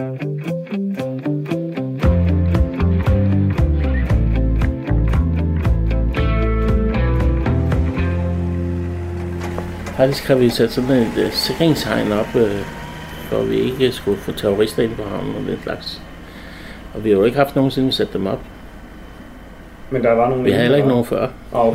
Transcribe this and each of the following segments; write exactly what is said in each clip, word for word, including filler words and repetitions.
Faktisk har vi sat sådan et uh, sikringshegn op, uh, for vi ikke skulle få terrorister ind på havnen og den slags. Og vi har jo ikke haft nogensinde at sætte dem op. Men der var nogen. Vi har heller ikke nogen før. Oh.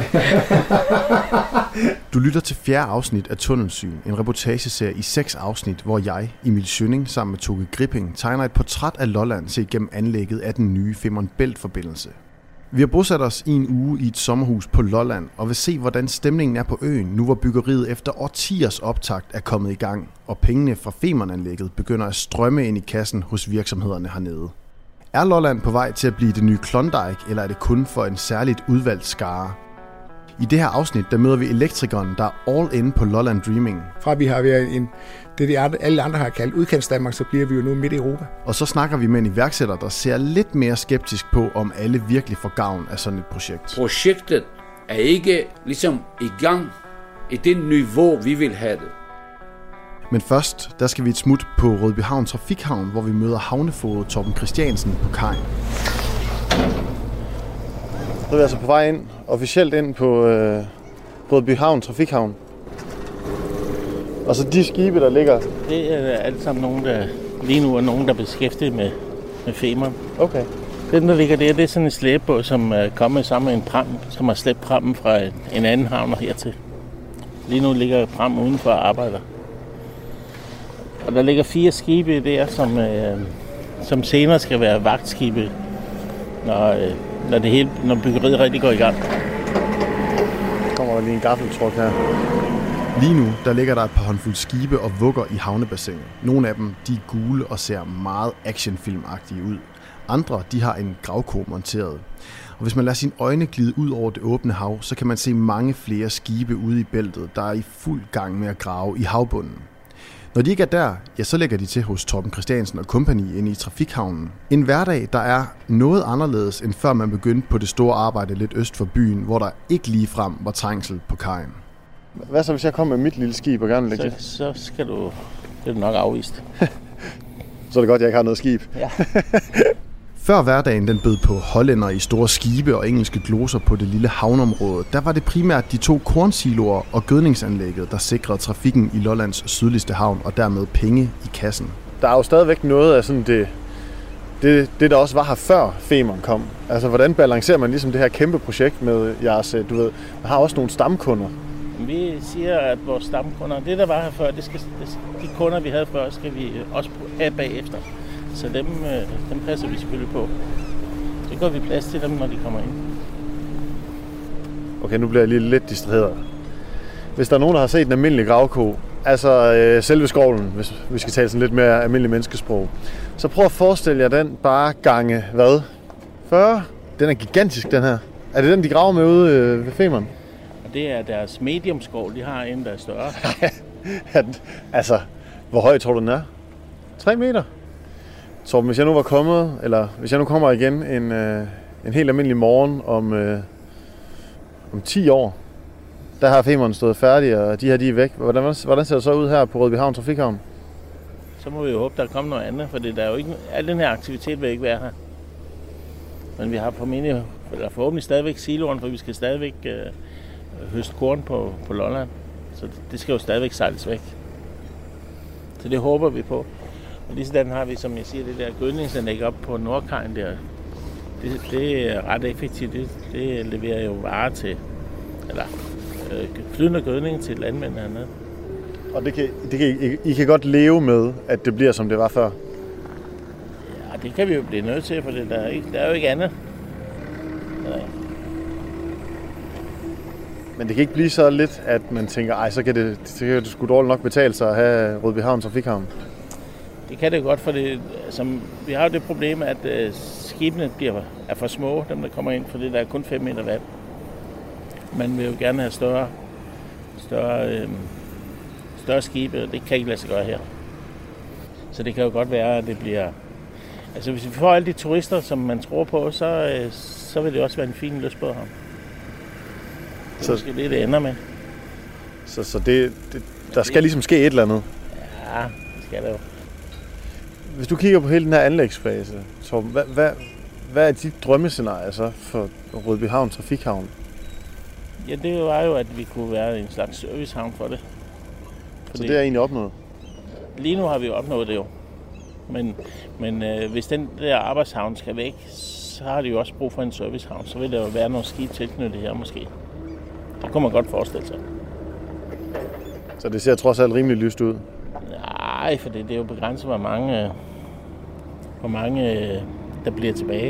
Du lytter til fjerde afsnit af Tunnelsyn, en reportageserie i seks afsnit, hvor jeg, Emil Schønning, sammen med Toge Gripping, tegner et portræt af Lolland set gennem anlægget af den nye Femern Bælt-forbindelse. Vi har bosat os i en uge i et sommerhus på Lolland og vil se, hvordan stemningen er på øen, nu hvor byggeriet efter årtiers optakt er kommet i gang, og pengene fra Femern-anlægget begynder at strømme ind i kassen hos virksomhederne hernede. Er Lolland på vej til at blive det nye Klondike, eller er det kun for en særligt udvalgt skare? I det her afsnit, der møder vi elektrikeren, der er all in på Lolland Dreaming. Fra vi har været en, det, de alle andre har kaldt udkantsdanmark, så bliver vi jo nu midt i Europa. Og så snakker vi med en iværksætter, der ser lidt mere skeptisk på, om alle virkelig får gavn af sådan et projekt. Projektet er ikke ligesom i gang i det niveau, vi vil have det. Men først, der skal vi et smut på Rødbyhavn Trafikhavn, hvor vi møder havnefoged Torben Christiansen på kajen. Så er vi altså på vej ind, officielt ind på øh, Rødbyhavn Trafikhavn. Og så de skibe, der ligger... Det er alt sammen nogen, der lige nu er nogen, der er beskæftiget med, med Femern. Okay. Den, der ligger der, det er sådan en slæbebåd, som er kommet sammen med en pram, som har slæbt prammen fra en, en anden havn og hertil. Lige nu ligger pram udenfor og arbejder. Og der ligger fire skibe der, som, øh, som senere skal være vagtskibe, når, øh, når, det hele, når byggeriet rigtig går i gang. Kommer der lige en gaffeltruck her. Lige nu, der ligger der et par håndfuld skibe og vugger i havnebassinet. Nogle af dem, de er gule og ser meget actionfilmagtige ud. Andre, de har en gravko monteret. Og hvis man lader sine øjne glide ud over det åbne hav, så kan man se mange flere skibe ude i bæltet, der er i fuld gang med at grave i havbunden. Når de ikke er der, ja, så lægger de til hos Torben Christiansen og company inde i Trafikhavnen. En hverdag, der er noget anderledes, end før man begyndte på det store arbejde lidt øst for byen, hvor der ikke ligefrem var trængsel på kajen. Hvad så, hvis jeg kommer med mit lille skib og gerne vil lægge så, så skal du... Det er du nok afvist. Så er det godt, jeg ikke har noget skib. Ja. Før hverdagen den bød på hollænder i store skibe og engelske gloser på det lille havnområde, der var det primært de to kornsiloer og gødningsanlægget, der sikrede trafikken i Lollands sydligste havn og dermed penge i kassen. Der er jo stadigvæk noget af sådan det, det, det der også var her før Femern kom. Altså, hvordan balancerer man ligesom det her kæmpe projekt med jeres, du ved, man har også nogle stamkunder. Vi siger, at vores stamkunder, det der var her før, det skal, det, de kunder vi havde før, skal vi også have bagefter. Så dem, dem passer vi selvfølgelig på. Så går vi plads til dem, når de kommer ind. Okay, nu bliver jeg lige lidt distraheret. Hvis der er nogen, der har set en almindelig gravko, altså øh, selve skovlen, hvis vi skal tale sådan lidt mere almindelig menneskesprog, så prøv at forestille jer den bare gange, hvad? fyrre? Den er gigantisk, den her. Er det den, de graver med ude øh, ved Femern? Og det er deres mediumskov, de har en, der er større. Altså, hvor høj tror du, den er? tre meter? Så hvis jeg nu var kommet, eller hvis jeg nu kommer igen en, øh, en helt almindelig morgen om, øh, om ti år, der har Femern stået færdig, og de her de er væk. Hvordan, hvordan ser det så ud her på Rødbyhavn Trafikhavn? Så må vi jo håbe, der kommer noget andet, for der er jo ikke, al den her aktivitet vil ikke være her. Men vi har formentlig, eller forhåbentlig stadigvæk siloen, for vi skal stadigvæk øh, høste korn på, på Lolland. Så det, det skal jo stadigvæk sejles væk. Så det håber vi på. Og lige sådan har vi, som jeg siger, det der gødningsanlæg op på Nordkajen der. Det, det er ret effektivt. Det, det leverer jo varer til, eller øh, flydende gødning til landmændene hernede. Og det kan, det kan, I, I kan godt leve med, at det bliver, som det var før? Ja, det kan vi jo blive nødt til, for det, der, er ikke, der er jo ikke andet. Ja. Men det kan ikke blive så lidt, at man tænker, ej, så kan det, så kan det sgu dårligt nok betale sig at have Rødbyhavn Trafikhavn. Det kan det godt, for det, altså, vi har jo det problem, at øh, skibene bliver, er for små, dem der kommer ind, fordi der er kun fem meter vand. Man vil jo gerne have større, større, øh, større skibe, og det kan ikke lade sig gøre her. Så det kan jo godt være, at det bliver... Altså hvis vi får alle de turister, som man tror på, så, øh, så vil det også være en fin lystbåd her. Det er så, måske det, det ender med. Så, så det, det, der skal ligesom ske et eller andet? Ja, det skal der jo. hvis du kigger på hele den her anlægsfase, Torben, hvad, hvad, hvad er dit drømmescenarie så for Rødbyhavn Trafikhavn? Ja, det var jo, at vi kunne være en slags servicehavn for det. Fordi så det er egentlig opnået? Lige nu har vi jo opnået det jo. Men, men øh, hvis den der arbejdshavn skal væk, så har de jo også brug for en servicehavn. Så vil der jo være nogle skib tilknyttet her måske. Det kunne man godt forestille sig. Så det ser trods alt rimelig lyst ud? Nej, for det, det er jo begrænset, hvor mange, øh, hvor mange øh, der bliver tilbage.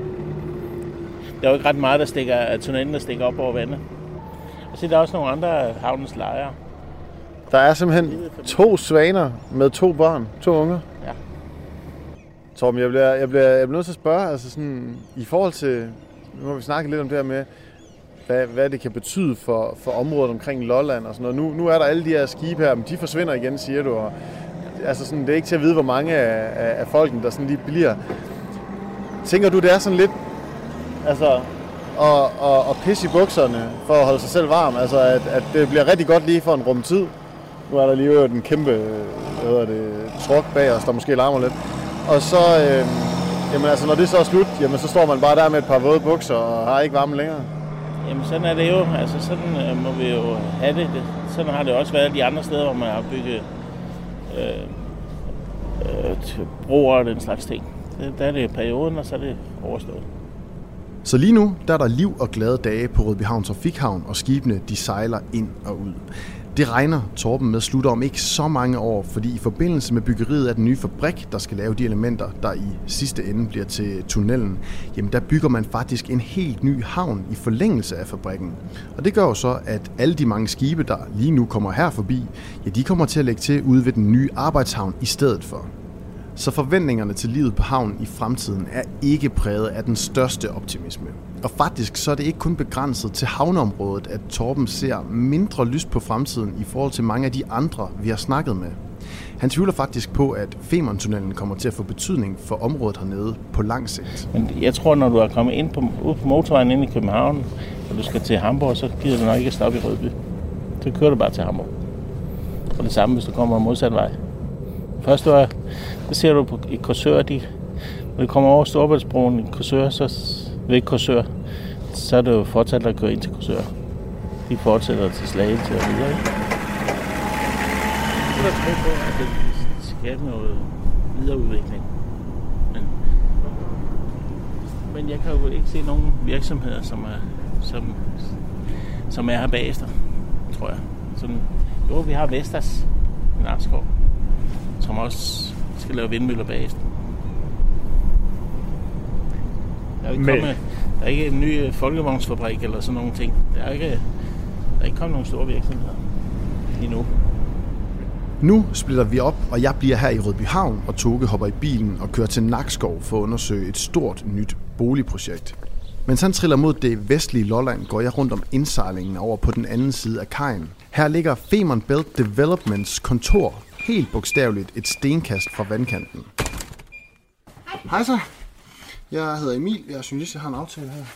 Der er jo ikke ret meget, der stikker af tunnelen, der stikker op over vandet. Og så er der også nogle andre havnens lejre. Der er simpelthen to svaner med to børn, to unger. Ja. Torben, jeg bliver, jeg bliver, jeg bliver nødt til at spørge, altså sådan, i forhold til, nu må vi snakke lidt om det her med, hvad, hvad det kan betyde for, for området omkring Lolland og sådan noget. Nu, nu er der alle de her skibe her, men de forsvinder igen, siger du. Og, altså sådan, det er ikke til at vide, hvor mange af, af, af folkene, der sådan lige bliver. Tænker du, det er sådan lidt, altså, og, og, og pisse i bukserne for at holde sig selv varm, altså at, at det bliver rigtig godt lige for en rum tid. Nu er der lige jo den kæmpe, hvad hedder det, truk bag os, der måske larmer lidt. Og så, øh, jamen altså, når det så er slut, jamen så står man bare der med et par våde bukser og har ikke varme længere. Jamen sådan er det jo, altså sådan øh, må vi jo have det. det. Sådan har det også været de andre steder, hvor man har bygget øh, øh, broer og den slags ting. Det, der er det perioden, og så er det overstået. Så lige nu, der er der liv og glade dage på Rødbyhavn Trafikhavn, og skibene de sejler ind og ud. Det regner Torben med slutter om ikke så mange år, fordi i forbindelse med byggeriet af den nye fabrik, der skal lave de elementer, der i sidste ende bliver til tunnelen, jamen der bygger man faktisk en helt ny havn i forlængelse af fabrikken. Og det gør jo så, at alle de mange skibe, der lige nu kommer her forbi, ja, de kommer til at lægge til ude ved den nye arbejdshavn i stedet for. Så forventningerne til livet på havnen i fremtiden er ikke præget af den største optimisme. Og faktisk så er det ikke kun begrænset til havneområdet, at Torben ser mindre lyst på fremtiden i forhold til mange af de andre, vi har snakket med. Han tvivler faktisk på, at Femerntunnelen kommer til at få betydning for området hernede på lang sigt. Men jeg tror, når du er kommet ind på, ud på motorvejen ind i København, og du skal til Hamburg, så gider du nok ikke at stoppe i Rødby. Så kører du bare til Hamburg. Og det samme, hvis du kommer modsat vej. Først du er, det ser du på, i Korsør, de, når du kommer over Storebæltsbroen i Korsør, så ved Korsør, så er det jo fortsat at køre ind til Korsør. De fortsætter til Slagelse og videre. Ikke? Så er der tro på, at det skaber noget videreudvikling. Men, men jeg kan jo ikke se nogen virksomheder, som er, som, som er her bagefter, tror jeg. Sådan, jo, vi har Vestas i Nakskov, som også skal lave vindmøller bagefter. Der er, ikke kommet, der er ikke en ny folkevognsfabrik eller sådan nogle ting. Der er ikke, der er ikke kommet nogen store virksomheder endnu. Nu splitter vi op, og jeg bliver her i Rødbyhavn, og Toge hopper i bilen og kører til Nakskov for at undersøge et stort nyt boligprojekt. Mens han triller mod det vestlige Lolland, går jeg rundt om indsejlingen over på den anden side af kajen. Her ligger Femern Belt Developments kontor, helt bogstaveligt et stenkast fra vandkanten. Hej så. Jeg hedder Emil, jeg er journalist, jeg har en aftale her.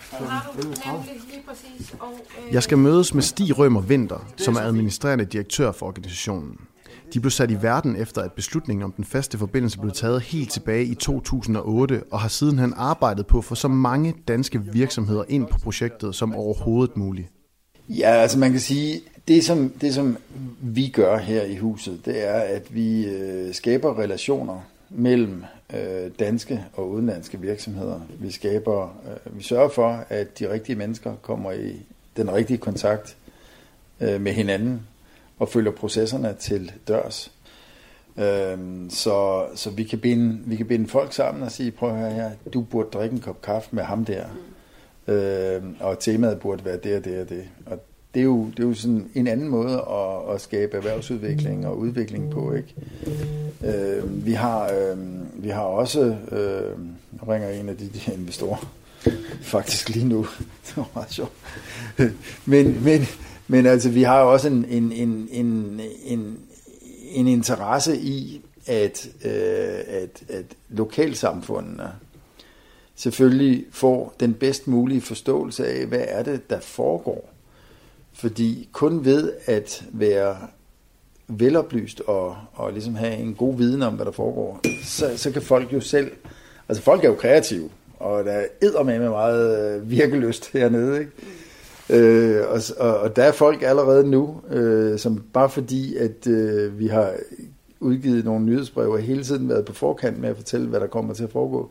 Jeg skal mødes med Stig Rømer Vinter, som er administrerende direktør for organisationen. De blev sat i verden efter, at beslutningen om den faste forbindelse blev taget helt tilbage i to tusind og otte, og har sidenhen arbejdet på at få så mange danske virksomheder ind på projektet som overhovedet muligt. Ja, altså man kan sige, det som, det som vi gør her i huset, det er, at vi øh, skaber relationer mellem øh, danske og udenlandske virksomheder. Vi skaber, øh, vi sørger for, at de rigtige mennesker kommer i den rigtige kontakt øh, med hinanden og følger processerne til dørs. Øh, så så vi, kan binde, vi kan binde folk sammen og sige, prøv at høre her, du burde drikke en kop kaffe med ham der. Øh, og temaet burde være det og det og det. Og det er jo, det er jo sådan en anden måde at, at skabe erhvervsudvikling og udvikling på, ikke? Øh, vi har øh, vi har også øh, ringer en af de, de investorer faktisk lige nu. Det var meget sjovt. men men men altså vi har jo også en en en en en, en interesse i at øh, at at lokalsamfundene selvfølgelig får den bedst mulige forståelse af, hvad er det, der foregår. Fordi kun ved at være veloplyst og, og ligesom have en god viden om, hvad der foregår, så, så kan folk jo selv, altså folk er jo kreative, og der er eddermame meget øh, virkelyst hernede, ikke? Øh, og, og, og der er folk allerede nu, øh, som bare fordi, at øh, vi har udgivet nogle nyhedsbreve og hele tiden været på forkant med at fortælle, hvad der kommer til at foregå.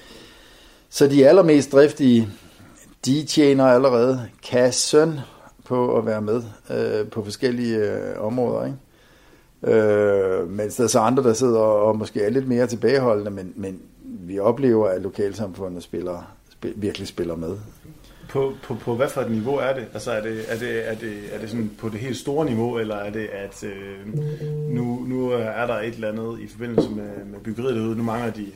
Så de allermest driftige, de tjener allerede kassen på at være med øh, på forskellige øh, områder, ikke? Øh, mens der er så andre, der sidder og, og måske er lidt mere tilbageholdende, men, men vi oplever, at lokalsamfundet spiller, spil, virkelig spiller med. På, på, på hvad for et niveau er det? Altså er det, er det, er det, er det sådan på det helt store niveau, eller er det, at øh, nu, nu er der et eller andet i forbindelse med, med byggeriet derude, nu mangler de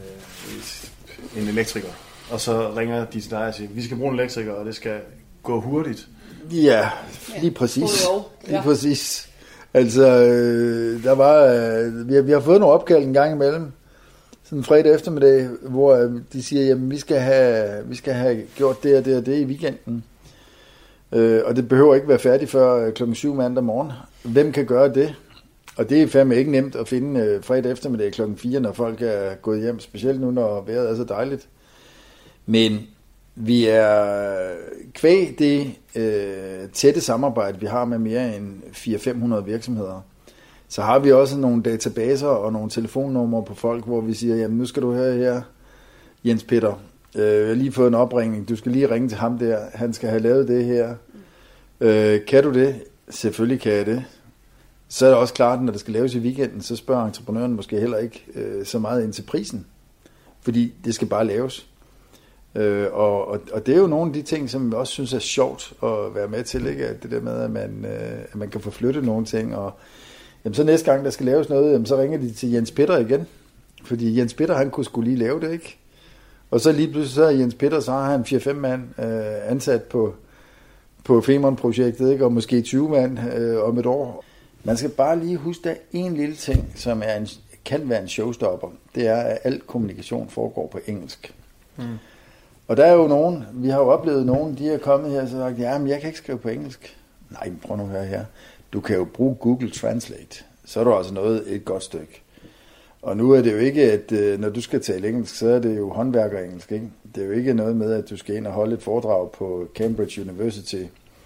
øh, en elektriker, og så ringer de til dig og siger, vi skal bruge en elektriker, og det skal gå hurtigt. Ja, lige præcis. Lige præcis. Altså, øh, der var, øh, vi, har, vi har fået nogle opkald en gang imellem, sådan en fredag eftermiddag, hvor øh, de siger, jamen vi skal have, vi skal have gjort det og det og det i weekenden. Øh, og det behøver ikke være færdigt før klokken syv mandag morgen. Hvem kan gøre det? Og det er fandme ikke nemt at finde øh, fredag eftermiddag klokken fire, når folk er gået hjem, specielt nu, når vejret er så dejligt. Men vi er kvæg det øh, tætte samarbejde, vi har med mere end fire til fem hundrede virksomheder. Så har vi også nogle databaser og nogle telefonnumre på folk, hvor vi siger, jamen nu skal du høre her, Jens Peter, øh, jeg har lige fået en opringning, du skal lige ringe til ham der, han skal have lavet det her. Øh, kan du det? Selvfølgelig kan jeg det. Så er det også klart, at når det skal laves i weekenden, så spørger entreprenøren måske heller ikke øh, så meget ind til prisen, fordi det skal bare laves. Øh, og, og, og det er jo nogle af de ting, som vi også synes er sjovt at være med til, ikke? Det der med, at man, øh, at man kan få flyttet nogle ting, og jamen, så næste gang, der skal laves noget, jamen, så ringer de til Jens Peter igen, fordi Jens Peter, han kunne skulle lige lave det, ikke? Og så lige pludselig, så er Jens Peter, så har han fire til fem mand øh, ansat på, på Femern-projektet, ikke? Og måske tyve mand øh, om et år. Man skal bare lige huske, der er en lille ting, som er en, kan være en showstopper, det er, at al kommunikation foregår på engelsk. Mm. Og der er jo nogen, vi har jo oplevet nogen, de er kommet her og sagt, ja, men jeg kan ikke skrive på engelsk. Nej, prøv nu at høre her. Du kan jo bruge Google Translate, så er du altså noget et godt stykke. Og nu er det jo ikke, at når du skal tale engelsk, så er det jo håndværkerengelsk, ikke? Det er jo ikke noget med, at du skal ind og holde et foredrag på Cambridge University.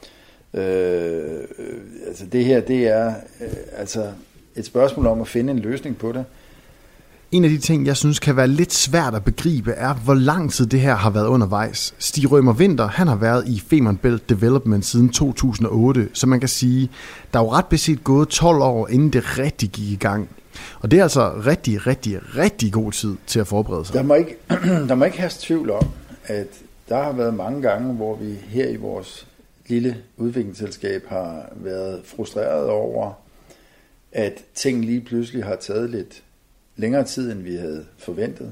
Øh, altså det her, det er øh, altså et spørgsmål om at finde en løsning på det. En af de ting, jeg synes kan være lidt svært at begribe, er, hvor lang tid det her har været undervejs. Stig Rømer Winther, han har været i Femern Belt Development siden to tusind og otte, så man kan sige, der er jo ret beset gået tolv år, inden det rigtig gik i gang. Og det er altså rigtig, rigtig, rigtig god tid til at forberede sig. Der må ikke, der må ikke have tvivl om, at der har været mange gange, hvor vi her i vores lille udviklingsselskab har været frustreret over, at ting lige pludselig har taget lidt længere tid, end vi havde forventet.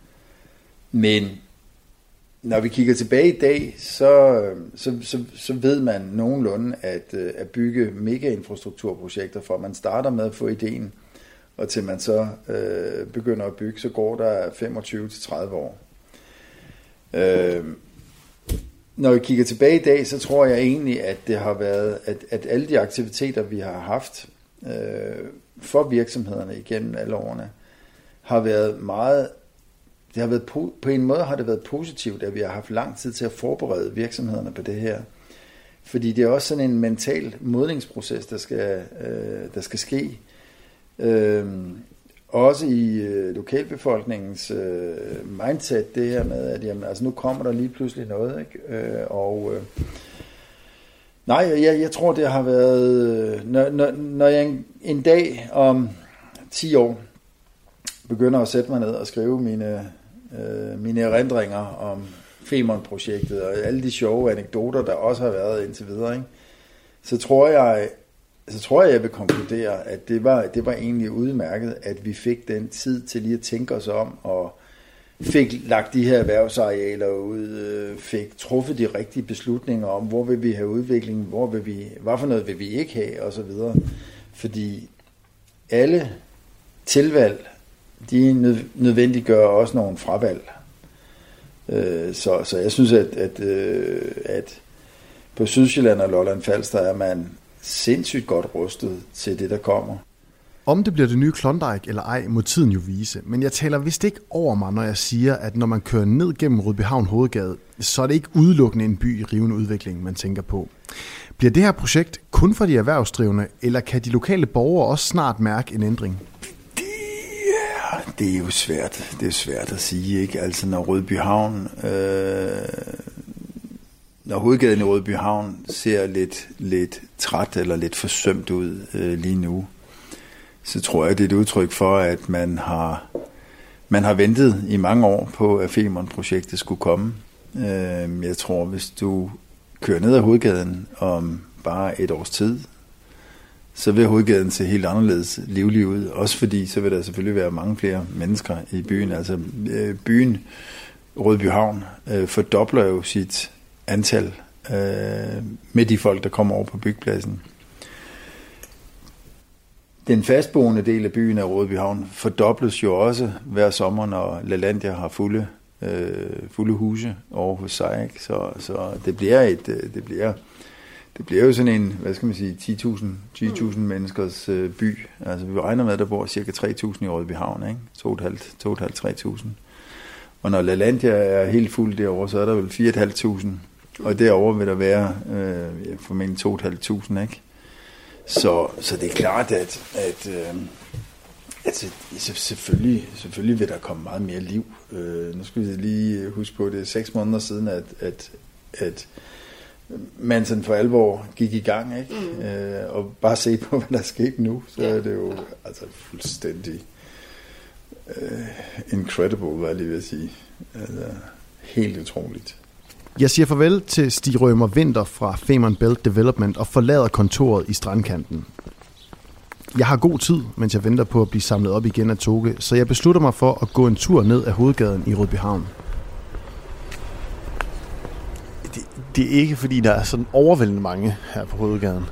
Men når vi kigger tilbage i dag, så, så, så, så ved man nogenlunde, at, at bygge mega-infrastrukturprojekter, fra man starter med at få ideen, og til man så øh, begynder at bygge, så går der femogtyve til tredive år. Øh, når vi kigger tilbage i dag, så tror jeg egentlig, at det har været, at, at alle de aktiviteter, vi har haft øh, for virksomhederne igennem alle årene, har været meget, det har været på, på en måde har det været positivt, at vi har haft lang tid til at forberede virksomhederne på det her. Fordi det er også sådan en mental modningsproces, der skal, øh, der skal ske. Øh, også i øh, lokalbefolkningens øh, mindset, det her med, at jamen, altså, nu kommer der lige pludselig noget, ikke? Øh, og øh, nej, jeg, jeg tror, det har været, når, når, når jeg en, en dag om ti år begynder at sætte mig ned og skrive mine, øh, mine erindringer om Femern-projektet og alle de sjove anekdoter, der også har været indtil videre, ikke? Så tror jeg, så tror jeg, jeg vil konkludere, at det var, det var egentlig udmærket, at vi fik den tid til lige at tænke os om, og fik lagt de her erhvervsarealer ud, fik truffet de rigtige beslutninger om, hvor vil vi have udvikling, hvor vil vi, hvad for noget vil vi ikke have, og så videre. Fordi alle tilvalg, de nødvendiggør også nogle fravalg. Så, så jeg synes, at, at, at på Sydsjælland og Lolland Falster er man sindssygt godt rustet til det, der kommer. Om det bliver det nye Klondike eller ej, må tiden jo vise. Men jeg taler vist ikke over mig, når jeg siger, at når man kører ned gennem Rødbyhavn Hovedgade, så er det ikke udelukkende en by i rivende udvikling, man tænker på. Bliver det her projekt kun for de erhvervsdrivende, eller kan de lokale borgere også snart mærke en ændring? Det er, det er jo svært. Det er svært at sige, ikke? Altså når Rødbyhavn, øh, når hovedgaden i Rødbyhavn ser lidt, lidt træt eller lidt forsømt ud øh, lige nu, så tror jeg, det er et udtryk for, at man har, man har ventet i mange år på, at Femern-projektet skulle komme. Jeg tror, hvis du kører ned ad hovedgaden om bare et års tid, så vil hovedgaden se helt anderledes livlig ud. Også fordi, så vil der selvfølgelig være mange flere mennesker i byen. Altså byen Rødbyhavn fordobler jo sit antal med de folk, der kommer over på byggepladsen. Den fastboende del af byen af Rødbyhavn fordobles jo også hver sommer, når LaLandia har fulde, øh, fulde huse over hos sig. Ikke? Så, så det bliver et, det bliver, det bliver jo sådan en, hvad skal man sige, ti tusind mm. menneskers øh, by. Altså vi regner med, at der bor cirka tre tusind i Rødbyhavn, ikke? to tusind fem hundrede til tre tusind. Og når LaLandia er helt fuld derovre, så er der vel fire tusind fem hundrede. Og derovre vil der være øh, formentlig to tusind fem hundrede, ikke? Så, så det er klart, at, at, øh, at selvfølgelig, selvfølgelig vil der komme meget mere liv. Øh, nu skal vi lige huske på, at det er seks måneder siden, at, at, at man sådan for alvor gik i gang. Ikke? Mm. Øh, og bare se på, hvad der er sket nu, så er det jo altså fuldstændig øh, incredible, hvad jeg lige vil sige. Altså, helt utroligt. Jeg siger farvel til Stig Rømer Winther fra Femern Belt Development og forlader kontoret i Strandkanten. Jeg har god tid, mens jeg venter på at blive samlet op igen af Toge, så jeg beslutter mig for at gå en tur ned ad hovedgaden i Rødbyhavn. Det, det er ikke fordi, der er sådan overvældende mange her på hovedgaden.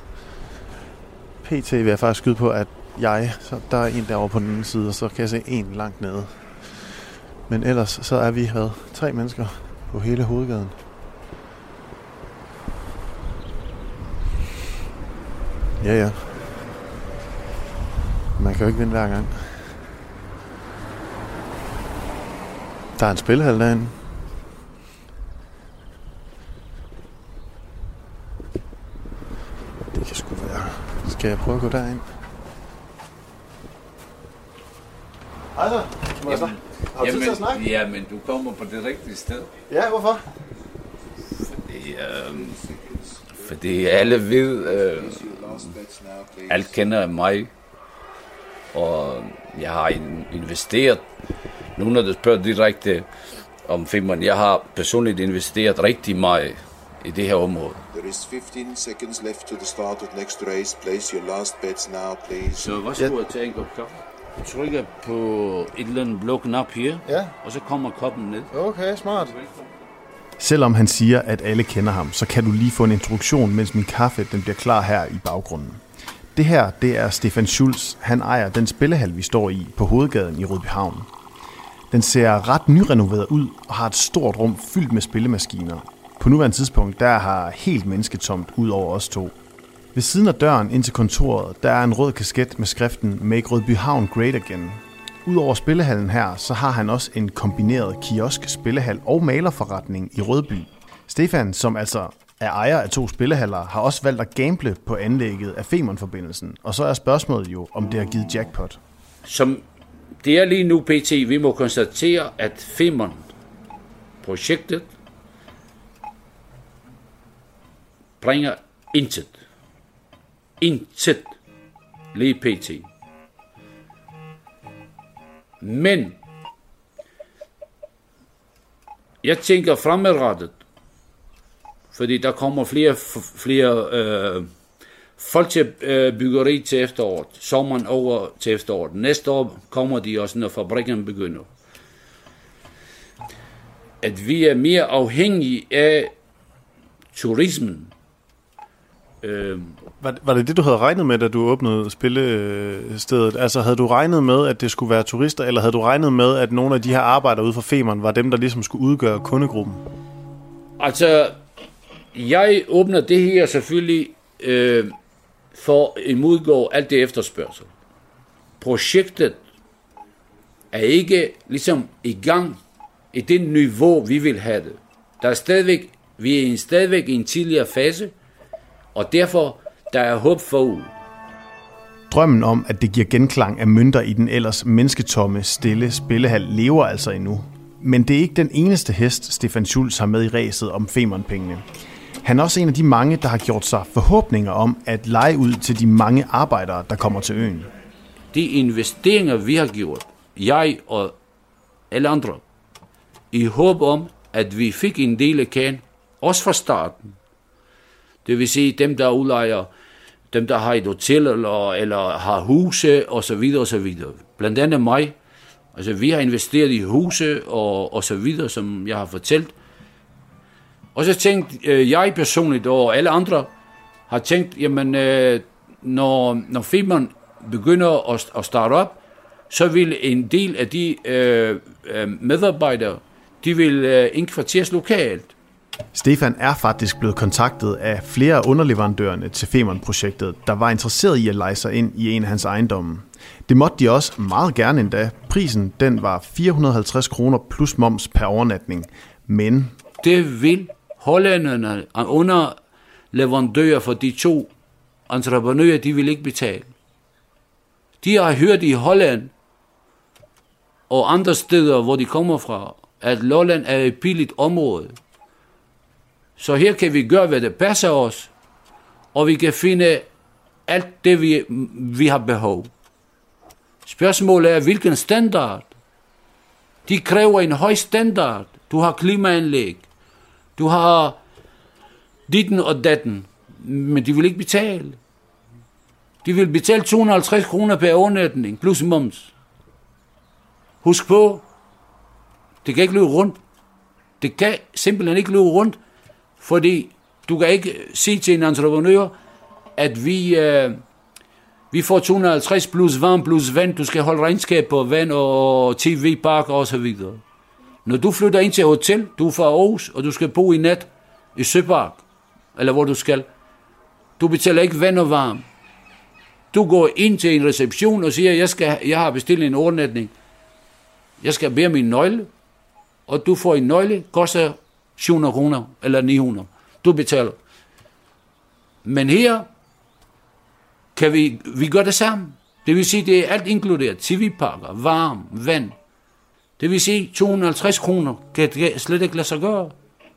P T vil jeg faktisk skyde på, at jeg, så der er en derovre på den anden side, og så kan jeg se en langt nede. Men ellers så er vi her tre mennesker på hele hovedgaden. Ja, ja. Man kan jo ikke vinde hver gang. Der er en spillehal derinde. Det kan sgu være. Skal jeg prøve at gå derind? Hej så. Må jeg så? Har du tid til at snakke? Ja, men du kommer på det rigtige sted. Ja, hvorfor? Fordi, øh, fordi alle ved, øh, alt kender mig, og jeg har investeret, nu når du spørger direkte om Femern, jeg har personligt investeret rigtig meget i det her område. There is fifteen seconds left to the start of next race. Place your last bets now, please. Så hvad skulle jeg tage en kop kaffe? Trykker på et eller andet blå knap her, ja. Og så kommer koppen ned. Okay, smart. Selvom han siger, at alle kender ham, så kan du lige få en introduktion, mens min kaffe den bliver klar her i baggrunden. Det her, det er Stefan Schulz. Han ejer den spillehal, vi står i på hovedgaden i Rødbyhavn. Den ser ret nyrenoveret ud og har et stort rum fyldt med spillemaskiner. På nuværende tidspunkt, der har helt mennesketomt ud over os to. Ved siden af døren ind til kontoret, der er en rød kasket med skriften Make Rødbyhavn Great Again. Udover spillehallen her, så har han også en kombineret kiosk, spillehal og malerforretning i Rødby. Stefan, som altså er ejer af to spillehaller, har også valgt at gamble på anlægget af Femern-forbindelsen. Og så er spørgsmålet jo, om det har givet jackpot. Som det er lige nu, P T, vi må konstatere, at Femern-projektet bringer intet. Intet. Lige P T. Men jeg tænker fremadrettet, fordi der kommer flere, flere øh, folk til øh, byggeri til efteråret, sommeren over til efteråret. Næste år kommer de også, når fabrikken begynder. At vi er mere afhængige af turismen. Øh, var, var det det, du havde regnet med, da du åbnede spillestedet? Altså, havde du regnet med, at det skulle være turister, eller havde du regnet med, at nogle af de her arbejdere ude for Femern var dem, der ligesom skulle udgøre kundegruppen? Altså, jeg åbner det her selvfølgelig øh, for at imodgå alt det efterspørgsel. Projektet er ikke ligesom i gang i det niveau, vi vil have det. Der er stadigvæk, vi er stadigvæk i en tidligere fase, og derfor der er håb forud. Drømmen om, at det giver genklang af mønter i den ellers mennesketomme, stille spillehal, lever altså endnu. Men det er ikke den eneste hest, Stefan Schulz har med i ræset om Femernpengene. Han er også en af de mange, der har gjort sig forhåbninger om at leje ud til de mange arbejdere, der kommer til øen. De investeringer, vi har gjort, jeg og alle andre, i håb om, at vi fik en del af kagen, også fra starten. Det vil sige dem, der udlejer, dem, der har et hotel eller, eller har huse osv. osv. Blandt andet mig. Altså, vi har investeret i huse og, og så videre, som jeg har fortalt. Og så tænkte øh, jeg personligt, og alle andre har tænkt, jamen, øh, når, når Femern begynder at, at starte op, så vil en del af de øh, medarbejdere, de vil øh, indkvarteres lokalt. Stefan er faktisk blevet kontaktet af flere af underleverandørerne til Femern-projektet, der var interesseret i at leje sig ind i en af hans ejendomme. Det måtte de også meget gerne endda. Prisen den var fire hundrede og halvtreds kroner plus moms per overnatning. Men det vil hollænderne underleverandører for de to entreprenører, de vil ikke betale. De har hørt i Holland og andre steder, hvor de kommer fra, at Lolland er et billigt område. Så her kan vi gøre, hvad det passer os, og vi kan finde alt det, vi, vi har behov. Spørgsmålet er, hvilken standard? De kræver en høj standard. Du har klimaanlæg. Du har ditten og datten. Men de vil ikke betale. De vil betale to hundrede og halvtreds kroner per overnatning, plus moms. Husk på, det kan ikke løbe rundt. Det kan simpelthen ikke løbe rundt, fordi du kan ikke sige til en entreprenør, at vi, øh, vi får to hundrede og halvtreds plus varm plus vand, du skal holde regnskab på vand og tv-park og så videre. Når du flytter ind til et hotel, du er fra Aarhus, og du skal bo i nat i Søpark, eller hvor du skal, du betaler ikke vand og varme. Du går ind til en reception og siger, jeg, skal, jeg har bestilt en overnatning. Jeg skal bære min nøgle, og du får en nøgle, koster syv hundrede kroner eller ni hundrede. Du betaler. Men her kan vi, vi gøre det samme. Det vil sige, det er alt inkluderet. T V-pakker, varme, vand. Det vil sige, to hundrede og halvtreds kroner kan det slet ikke lade sig gøre.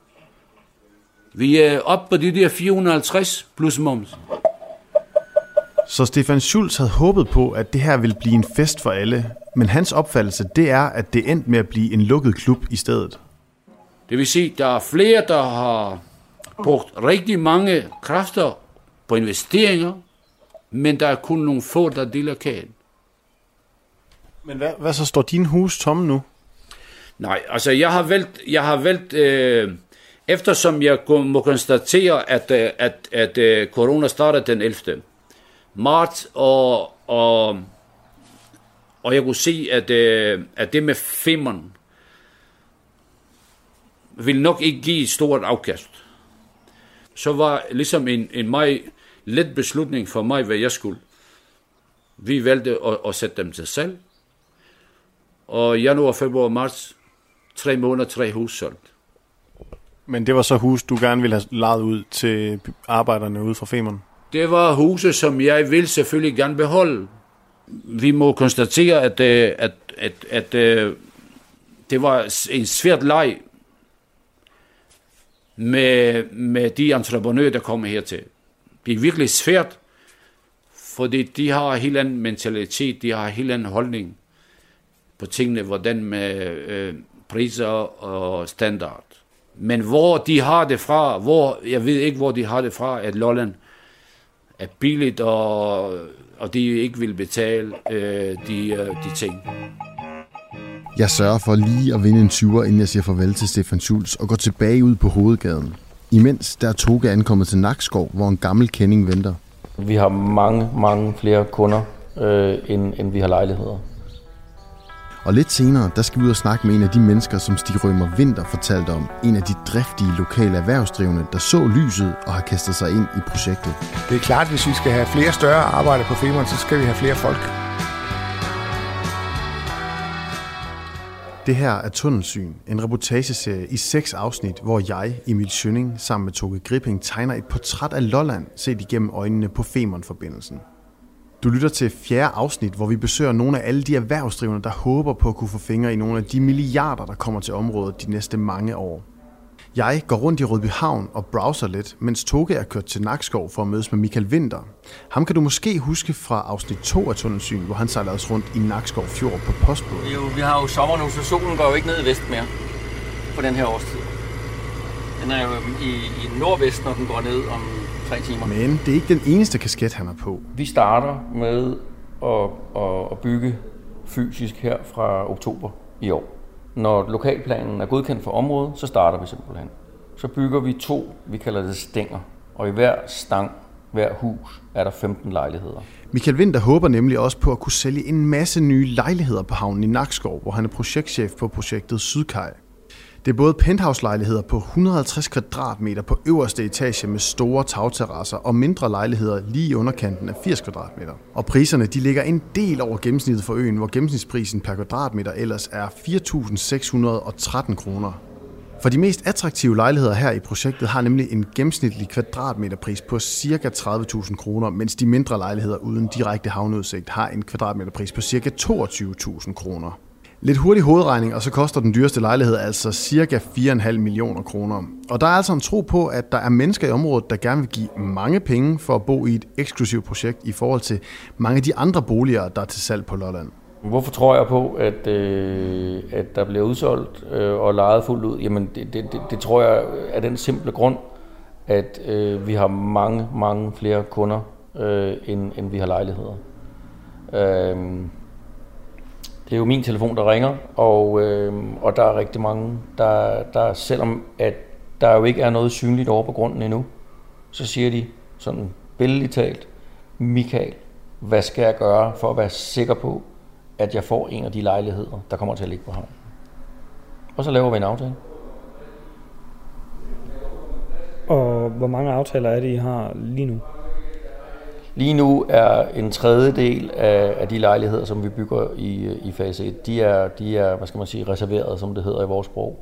Vi er oppe på de der fire hundrede og halvtreds plus moms. Så Stefan Schulz havde håbet på, at det her ville blive en fest for alle, men hans opfattelse, det er, at det endte med at blive en lukket klub i stedet. Det vil sige, der er flere, der har brugt rigtig mange kræfter på investeringer, men der er kun nogle få, der deler kagen. Men hvad, hvad så står din hus tomme nu? Nej, altså jeg har valgt, jeg har valgt øh, eftersom jeg må konstatere, at, at, at, at corona startede den ellevte marts, og, og, og jeg kunne se, at, at det med Femern vil nok ikke give et stort afkast. Så var ligesom en, en meget let beslutning for mig, hvad jeg skulle. Vi valgte at, at sætte dem til salg. Og januar, februar, marts, tre måneder, tre hus solgt. Men det var så hus, du gerne ville have lejet ud til arbejderne ude fra Femern? Det var huse, som jeg vil selvfølgelig gerne beholde. Vi må konstatere, at, at, at, at, at det var en svært leg med, med de entreprenører, der kommer hertil. Det er virkelig svært, fordi de har en helt anden mentalitet, de har en helt anden holdning på tingene, hvordan med øh, priser og standard. Men hvor de har det fra, hvor, jeg ved ikke, hvor de har det fra, at Lolland er billigt, og, og de ikke vil betale øh, de, øh, de ting. Jeg sørger for lige at vinde en tyver, inden jeg siger farvel til Stefan Schulz, og går tilbage ud på hovedgaden. Imens der er Toge ankommet til Nakskov, hvor en gammel kending venter. Vi har mange, mange flere kunder, øh, end, end vi har lejligheder. Og lidt senere, der skal vi ud og snakke med en af de mennesker, som Stig Rømer Winther fortalte om. En af de driftige lokale erhvervsdrivende, der så lyset og har kastet sig ind i projektet. Det er klart, at hvis vi skal have flere større arbejder på Femern, så skal vi have flere folk. Det her er Tunnelsyn, en reportageserie i seks afsnit, hvor jeg, Emil Schønning, sammen med Toge Gripping, tegner et portræt af Lolland, set igennem øjnene på Femern-forbindelsen. Du lytter til fjerde afsnit, hvor vi besøger nogle af alle de erhvervsdrivende, der håber på at kunne få fingre i nogle af de milliarder, der kommer til området de næste mange år. Jeg går rundt i Rødbyhavn og browser lidt, mens Toge er kørt til Nakskov for at mødes med Michael Winther. Ham kan du måske huske fra afsnit to af Tunnelsyn, hvor han sejlede os rundt i Nakskov Fjord på postbåd. Jo, vi har jo sommer nu, så solen går jo ikke ned i vest mere på den her årstid. Den er jo i, i nordvest, når den går ned om tre timer. Men det er ikke den eneste kasket, han er på. Vi starter med at, at, at bygge fysisk her fra oktober i år. Når lokalplanen er godkendt for området, så starter vi simpelthen. Så bygger vi to, vi kalder det stænger, og i hver stang, hver hus, er der femten lejligheder. Michael Winther håber nemlig også på at kunne sælge en masse nye lejligheder på havnen i Nakskov, hvor han er projektchef på projektet Sydkaj. Det er både penthouse-lejligheder på et hundrede og halvtreds kvadratmeter på øverste etage med store tagterrasser og mindre lejligheder lige i underkanten af firs kvadratmeter. Og priserne de ligger en del over gennemsnittet for øen, hvor gennemsnitsprisen per kvadratmeter ellers er fire tusind seks hundrede og tretten kroner. For de mest attraktive lejligheder her i projektet har nemlig en gennemsnitlig kvadratmeterpris på ca. tredive tusind kroner, mens de mindre lejligheder uden direkte havneudsigt har en kvadratmeterpris på ca. toogtyve tusind kroner. Lidt hurtig hovedregning, og så koster den dyreste lejlighed altså ca. fire komma fem millioner kroner. Og der er altså en tro på, at der er mennesker i området, der gerne vil give mange penge for at bo i et eksklusivt projekt i forhold til mange af de andre boliger, der er til salg på Lolland. Hvorfor tror jeg på, at, øh, at der bliver udsolgt øh, og lejet fuldt ud? Jamen det, det, det, det tror jeg er den simple grund, at øh, vi har mange, mange flere kunder, øh, end, end vi har lejligheder. Øh, Det er jo min telefon, der ringer, og, øh, og der er rigtig mange, der, der selvom at der jo ikke er noget synligt over på grunden endnu, så siger de sådan billedligt talt, Michael, hvad skal jeg gøre for at være sikker på, at jeg får en af de lejligheder, der kommer til at ligge på havnen? Og så laver vi en aftale. Og hvor mange aftaler er det, I har lige nu? Lige nu er en tredjedel af, af de lejligheder, som vi bygger i, i fase et, de er, de er, hvad skal man sige, reserveret, som det hedder i vores sprog.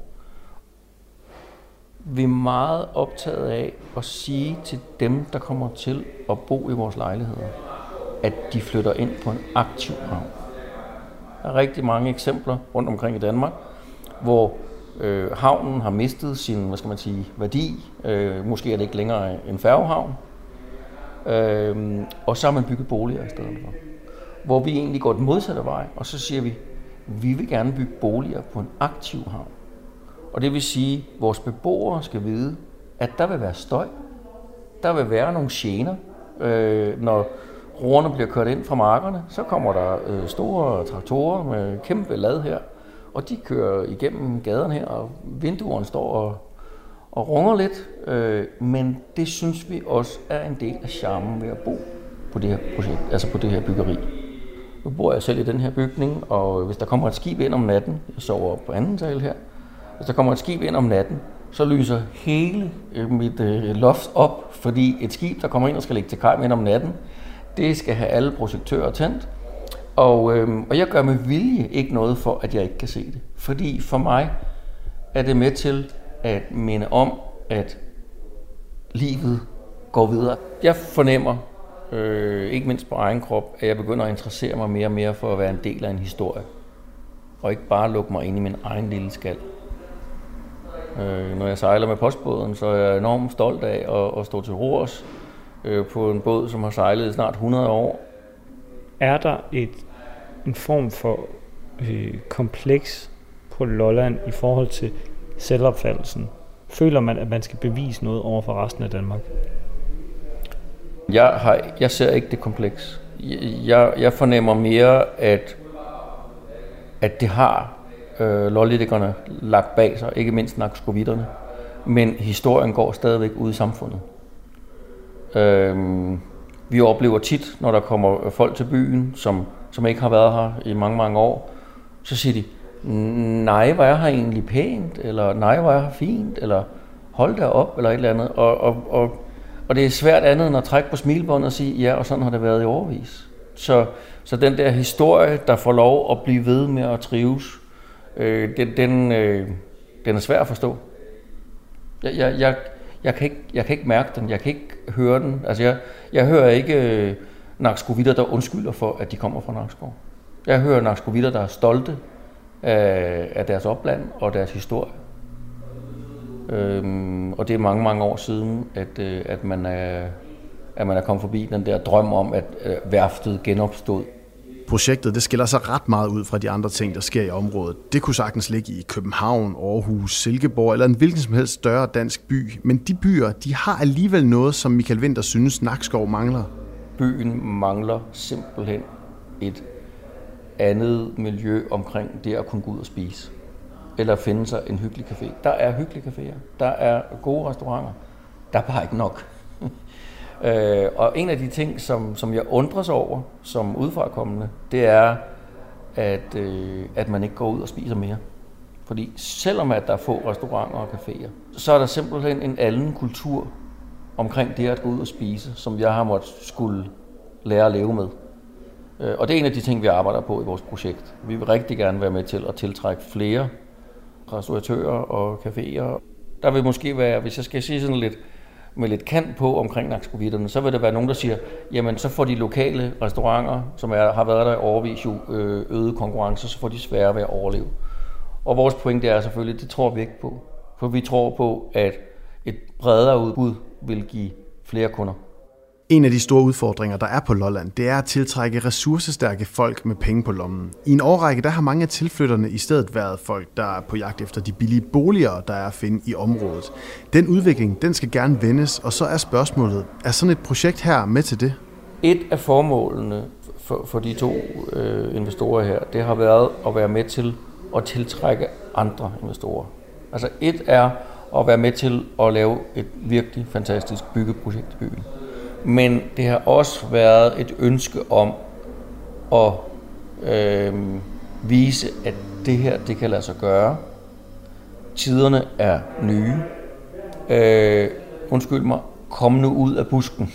Vi er meget optaget af at sige til dem, der kommer til at bo i vores lejligheder, at de flytter ind på en aktiv havn. Der er rigtig mange eksempler rundt omkring i Danmark, hvor øh, havnen har mistet sin, hvad skal man sige, værdi. Øh, måske er det ikke længere en færgehavn. Øhm, og så har man bygget boliger i stedet for. Hvor vi egentlig går den modsatte vej, og så siger vi, vi vil gerne bygge boliger på en aktiv havn. Og det vil sige, at vores beboere skal vide, at der vil være støj, der vil være nogle gener. Øh, når roerne bliver kørt ind fra markerne, så kommer der øh, store traktorer med kæmpe lad her, og de kører igennem gaderne her, og vinduerne står og og runger lidt, øh, men det synes vi også er en del af charmen ved at bo på det her projekt, altså på det her byggeri. Nu bor jeg selv i den her bygning, og hvis der kommer et skib ind om natten, jeg sover på anden sal her, hvis der kommer et skib ind om natten, så lyser hele mit øh, loft op, fordi et skib, der kommer ind og skal ligge til kaj ind om natten, det skal have alle projektører tændt, og, øh, og jeg gør med vilje ikke noget for, at jeg ikke kan se det, fordi for mig er det med til at minde om, at livet går videre. Jeg fornemmer, øh, ikke mindst på egen krop, at jeg begynder at interessere mig mere og mere for at være en del af en historie. Og ikke bare lukke mig ind i min egen lille skal. Øh, når jeg sejler med postbåden, så er jeg enormt stolt af at, at stå til rors øh, på en båd, som har sejlet i snart hundrede år. Er der et, en form for øh, kompleks på Lolland i forhold til selvopfattelsen? Føler man, at man skal bevise noget over for resten af Danmark? Jeg, har, jeg ser ikke det kompleks. Jeg, jeg fornemmer mere, at, at det har øh, lollitikerne lagt bag sig, ikke mindst nakskovitterne. Men historien går stadigvæk ud i samfundet. Øh, vi oplever tit, når der kommer folk til byen, som, som ikke har været her i mange, mange år, Så siger de, nej, hvor er her egentlig pænt, eller nej, hvor er her fint, eller hold da op, eller et eller andet. Og, og, og, og det er svært andet end at trække på smilebåndet og sige, ja, og sådan har det været i årevis. Så, så den der historie, der får lov at blive ved med at trives, øh, den, den, øh, den er svær at forstå. Jeg, jeg, jeg, jeg, kan ikke, jeg kan ikke mærke den, jeg kan ikke høre den. Altså, jeg, jeg hører ikke øh, nakskovitter, der undskylder for, at de kommer fra Nakskov. Jeg hører nakskovitter, der er stolte af, af deres opland og deres historie. Øhm, og det er mange, mange år siden, at, øh, at, man er, at man er kommet forbi den der drøm om, at øh, værftet genopstod. Projektet det skiller sig ret meget ud fra de andre ting, der sker i området. Det kunne sagtens ligge i København, Aarhus, Silkeborg eller en hvilken som helst større dansk by. Men de byer, de har alligevel noget, som Michael Winther synes, Nakskov mangler. Byen mangler simpelthen et andet miljø omkring det at kunne gå ud og spise. Eller finde sig en hyggelig café. Der er hyggelige caféer. Der er gode restauranter. Der er bare ikke nok. øh, og en af de ting, som, som jeg undres over som udefrakommende, det er, at, øh, at man ikke går ud og spiser mere. Fordi selvom at der er få restauranter og caféer, så er der simpelthen en anden kultur omkring det at gå ud og spise, som jeg har måttet skulle lære at leve med. Og det er en af de ting, vi arbejder på i vores projekt. Vi vil rigtig gerne være med til at tiltrække flere restauratører og caféer. Der vil måske være, hvis jeg skal sige sådan lidt med lidt kant på omkring nakskovitterne, så vil der være nogen, der siger, jamen så får de lokale restauranter, som er, har været der i årevis, jo øget konkurrence, så får de svære ved at overleve. Og vores pointe er selvfølgelig, det tror vi ikke på. For vi tror på, at et bredere udbud vil give flere kunder. En af de store udfordringer, der er på Lolland, det er at tiltrække ressourcestærke folk med penge på lommen. I en årrække, der har mange af tilflytterne i stedet været folk, der er på jagt efter de billige boliger, der er at finde i området. Den udvikling, den skal gerne vendes, og så er spørgsmålet, er sådan et projekt her med til det? Et af formålene for, for de to øh, investorer her, det har været at være med til at tiltrække andre investorer. Altså et er at være med til at lave et virkelig fantastisk byggeprojekt i byen. Men det har også været et ønske om at øh, vise, at det her det kan lade sig gøre. Tiderne er nye. Øh, undskyld mig, kom nu ud af busken.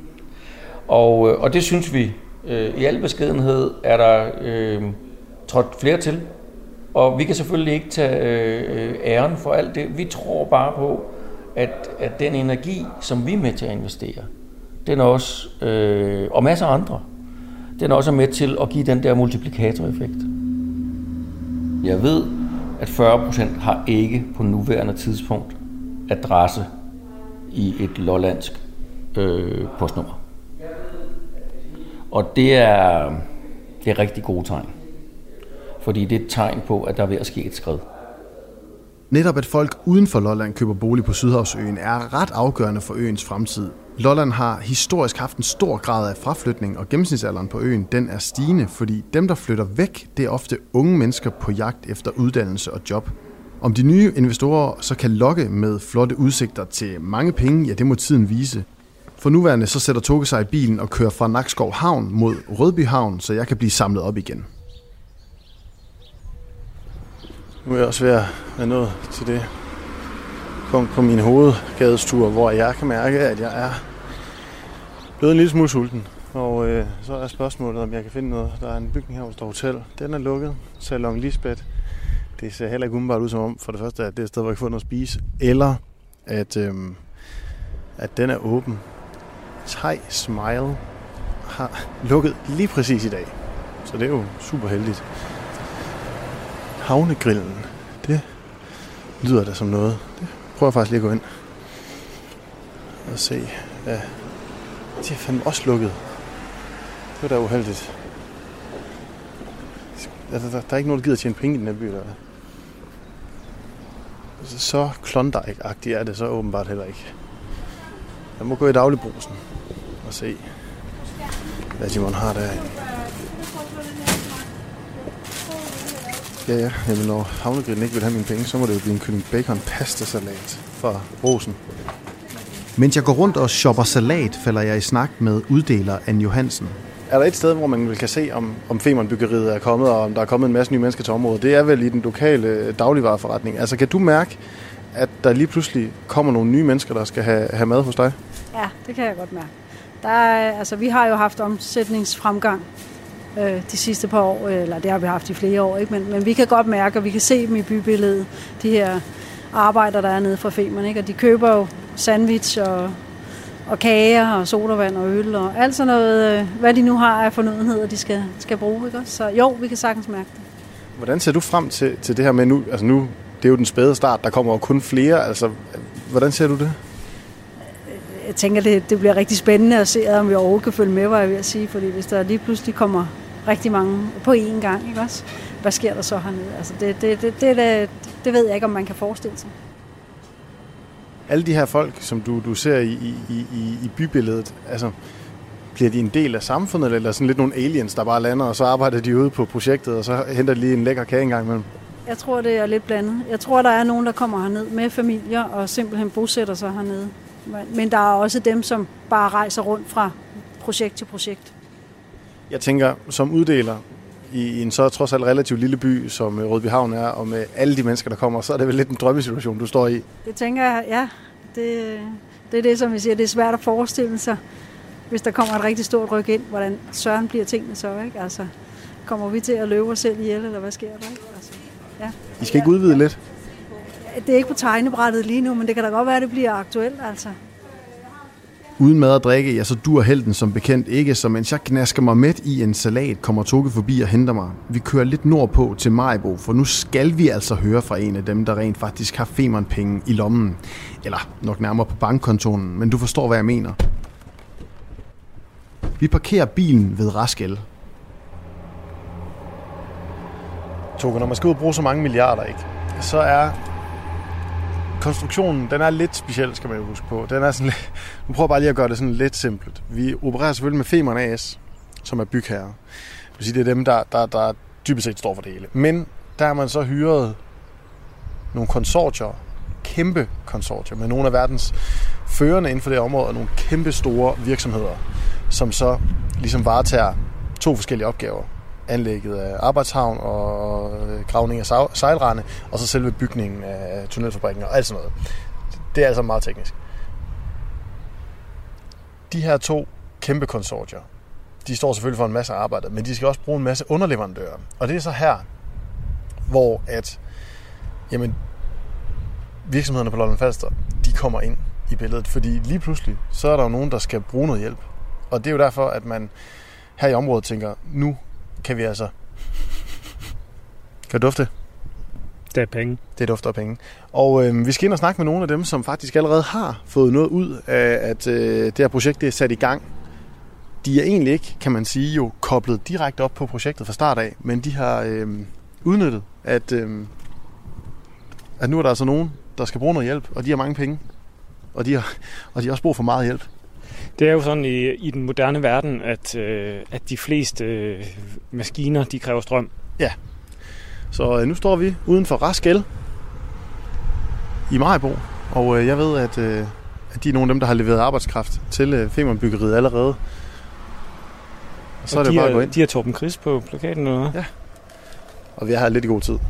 og, og det synes vi, øh, i al beskedenhed er der øh, trådt flere til. Og vi kan selvfølgelig ikke tage øh, æren for alt det. Vi tror bare på, at, at den energi, som vi er med til at investere, den er også, øh, og masser af andre, den er også med til at give den der multiplikatoreffekt. Jeg ved, at fyrre procent har ikke på nuværende tidspunkt adresse i et lollandsk øh, postnummer. Og det er, det er rigtig gode tegn. Fordi det er et tegn på, at der er ved at ske et skred. Netop at folk uden for Lolland køber bolig på Sydhavsøen er ret afgørende for øens fremtid. Lolland har historisk haft en stor grad af fraflytning, og gennemsnitsalderen på øen den er stigende, fordi dem, der flytter væk, det er ofte unge mennesker på jagt efter uddannelse og job. Om de nye investorer så kan lokke med flotte udsigter til mange penge, ja, det må tiden vise. For nuværende så sætter Toge sig i bilen og kører fra Nakskov Havn mod Rødby Havn, så jeg kan blive samlet op igen. Nu er jeg også ved at være nået til det punkt på min hovedgadestur, hvor jeg kan mærke, at jeg er blevet en lille smule sulten. Og øh, så er spørgsmålet, om jeg kan finde noget. Der er en bygning her, hvor der står hotel. Den er lukket. Salon Lisbeth. Det ser heller ikke umiddelbart ud som om, for det første, at det er et sted, hvor jeg kan få noget at spise. Eller at, øh, at den er åben. Thai Smile har lukket lige præcis i dag. Så det er jo super heldigt. Havnegrillen, det lyder da som noget. Det prøver jeg faktisk lige at gå ind og se. Ja, de er fandme også lukket. Det er da uheldigt. Altså, der, der er ikke nogen, der gider tjene penge i den her by. Der. Så Klondike-agtigt er det så åbenbart heller ikke. Jeg må gå i dagligbrusen og se, hvad Simon har derinde. Ja, ja. Jamen, når havnegrillen ikke vil have mine penge, så må det jo blive en kylling bacon pasta salat fra Rosen. Mens jeg går rundt og shopper salat, falder jeg i snak med uddeler Anne Johansen. Er der et sted, hvor man kan se, om, om Femern-byggeriet er kommet, og om der er kommet en masse nye mennesker til området? Det er vel i den lokale dagligvareforretning. Altså, kan du mærke, at der lige pludselig kommer nogle nye mennesker, der skal have, have mad hos dig? Ja, det kan jeg godt mærke. Der er, altså, vi har jo haft omsætningsfremgang øh, de sidste par år, eller det har vi haft i flere år, ikke? Men, men vi kan godt mærke, og vi kan se dem i bybilledet, de her arbejdere, der er nede fra Femern, ikke? Og de køber jo sandwich og, og kager og sodavand og øl og alt sådan noget, øh, hvad de nu har af fornødenheder, de skal, skal bruge, ikke? Så jo, vi kan sagtens mærke det. Hvordan ser du frem til, til det her med nu? Altså nu, det er jo den spæde start, der kommer jo kun flere. Altså, hvordan ser du det? Jeg tænker, det, det bliver rigtig spændende at se, om vi overhovedet kan følge med, hvad jeg vil sige. Fordi hvis der lige pludselig kommer rigtig mange på én gang, ikke også? Hvad sker der så hernede? Altså, det, det, det, det, det, det ved jeg ikke, om man kan forestille sig. Alle de her folk, som du, du ser i, i, i, i bybilledet, altså, bliver de en del af samfundet, eller sådan lidt nogle aliens, der bare lander, og så arbejder de ude på projektet, og så henter de lige en lækker kage engang imellem? Jeg tror, det er lidt blandet. Jeg tror, der er nogen, der kommer herned med familier og simpelthen bosætter sig hernede. Men der er også dem, som bare rejser rundt fra projekt til projekt. Jeg tænker, som uddeler i en så trods alt relativt lille by, som Rødbyhavn er, og med alle de mennesker, der kommer, så er det vel lidt en drømmesituation, du står i. Det tænker jeg, ja. Det, det er det, som vi siger, det er svært at forestille sig, hvis der kommer et rigtig stort ryk ind, hvordan søren bliver tingene så, ikke? Altså, kommer vi til at løbe os selv ihjel, eller hvad sker der, ikke? Altså, ja. I skal ikke udvide lidt? Det er ikke på tegnebrættet lige nu, men det kan da godt være, at det bliver aktuelt, altså. Uden mad og drikke, ja, så dur helten som bekendt ikke, så mens jeg knasker mig midt i en salat, kommer Toge forbi og henter mig. Vi kører lidt nordpå til Maribo, for nu skal vi altså høre fra en af dem, der rent faktisk har Femern-penge i lommen. Eller nok nærmere på bankkontoen, men du forstår, hvad jeg mener. Vi parkerer bilen ved Rask El. Toge, når man skal ud og bruge så mange milliarder, ikke, så er konstruktionen, den er lidt speciel, skal man jo huske på. Den er sådan lidt, nu prøver bare lige at gøre det sådan lidt simpelt. Vi opererer selvfølgelig med Femern A S, som er bygherre. Det vil sige, det er dem, der, der, der dybest set står for det hele. Men der har man så hyret nogle konsortier, kæmpe konsortier, med nogle af verdens førende inden for det område, og nogle kæmpe store virksomheder, som så ligesom varetager to forskellige opgaver. Anlægget af arbejdshavn og gravning af sejlrande, og så selve bygningen af tunnelfabrikken og alt sådan noget. Det er altså meget teknisk. De her to kæmpe konsortier, de står selvfølgelig for en masse arbejde, men de skal også bruge en masse underleverandører. Og det er så her, hvor at, jamen, virksomhederne på Lolland Falster, de kommer ind i billedet, fordi lige pludselig, så er der jo nogen, der skal bruge noget hjælp. Og det er jo derfor, at man her i området tænker, nu kan vi altså... Kan du dufte? Det er penge. Det dufter af penge. Og øh, vi skal ind og snakke med nogle af dem, som faktisk allerede har fået noget ud af, at øh, det her projekt det er sat i gang. De er egentlig ikke, kan man sige, jo koblet direkte op på projektet fra start af, men de har øh, udnyttet, at, øh, at nu er der altså nogen, der skal bruge noget hjælp, og de har mange penge. Og de har, og de har også brug for meget hjælp. Det er jo sådan i, i den moderne verden, at, øh, at de fleste øh, maskiner, de kræver strøm. Ja. Så øh, nu står vi uden for Rask El i Maribo, og øh, jeg ved, at, øh, at de er nogle af dem, der har leveret arbejdskraft til øh, Femern-byggeriet allerede. Og så og er det de bare er, at gå ind. De har Torben Chris på plakaten, eller hvad? Ja. Og vi har lidt i god tid.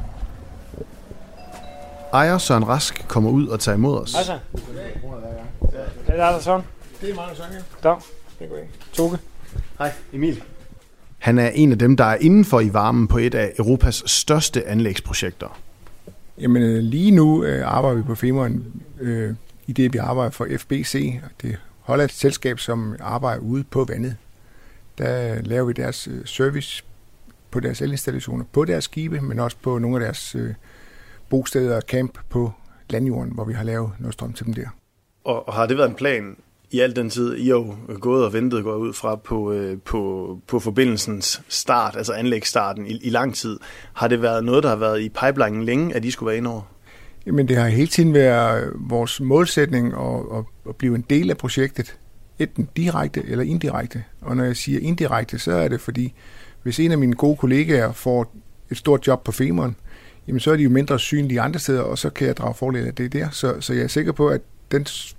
Ejer Søren Rask kommer ud og tager imod os. Hej så. Det er der Søren. Det er meget Søren, ja. Dag. Det går ikke. Toge. Hej, Emil. Han er en af dem, der er indenfor i varmen på et af Europas største anlægsprojekter. Jamen lige nu øh, arbejder vi på Femern, øh, i det vi arbejder for F B C, det er hollandsk selskab, som arbejder ude på vandet. Der laver vi deres øh, service på deres elinstallationer, på deres skibe, men også på nogle af deres øh, bosteder og camp på landjorden, hvor vi har lavet noget strøm til dem der. Og, og har det været en plan i al den tid, I har jo gået og ventet, går ud fra på, øh, på, på forbindelsens start, altså anlægsstarten i, i lang tid. Har det været noget, der har været i pipelinen længe, at I skulle være inde over? Jamen det har hele tiden været vores målsætning at, at, at blive en del af projektet, enten direkte eller indirekte. Og når jeg siger indirekte, så er det fordi, hvis en af mine gode kollegaer får et stort job på Femern, jamen så er de jo mindre synlige andre steder, og så kan jeg drage fordel af det der. Så, så jeg er sikker på, at den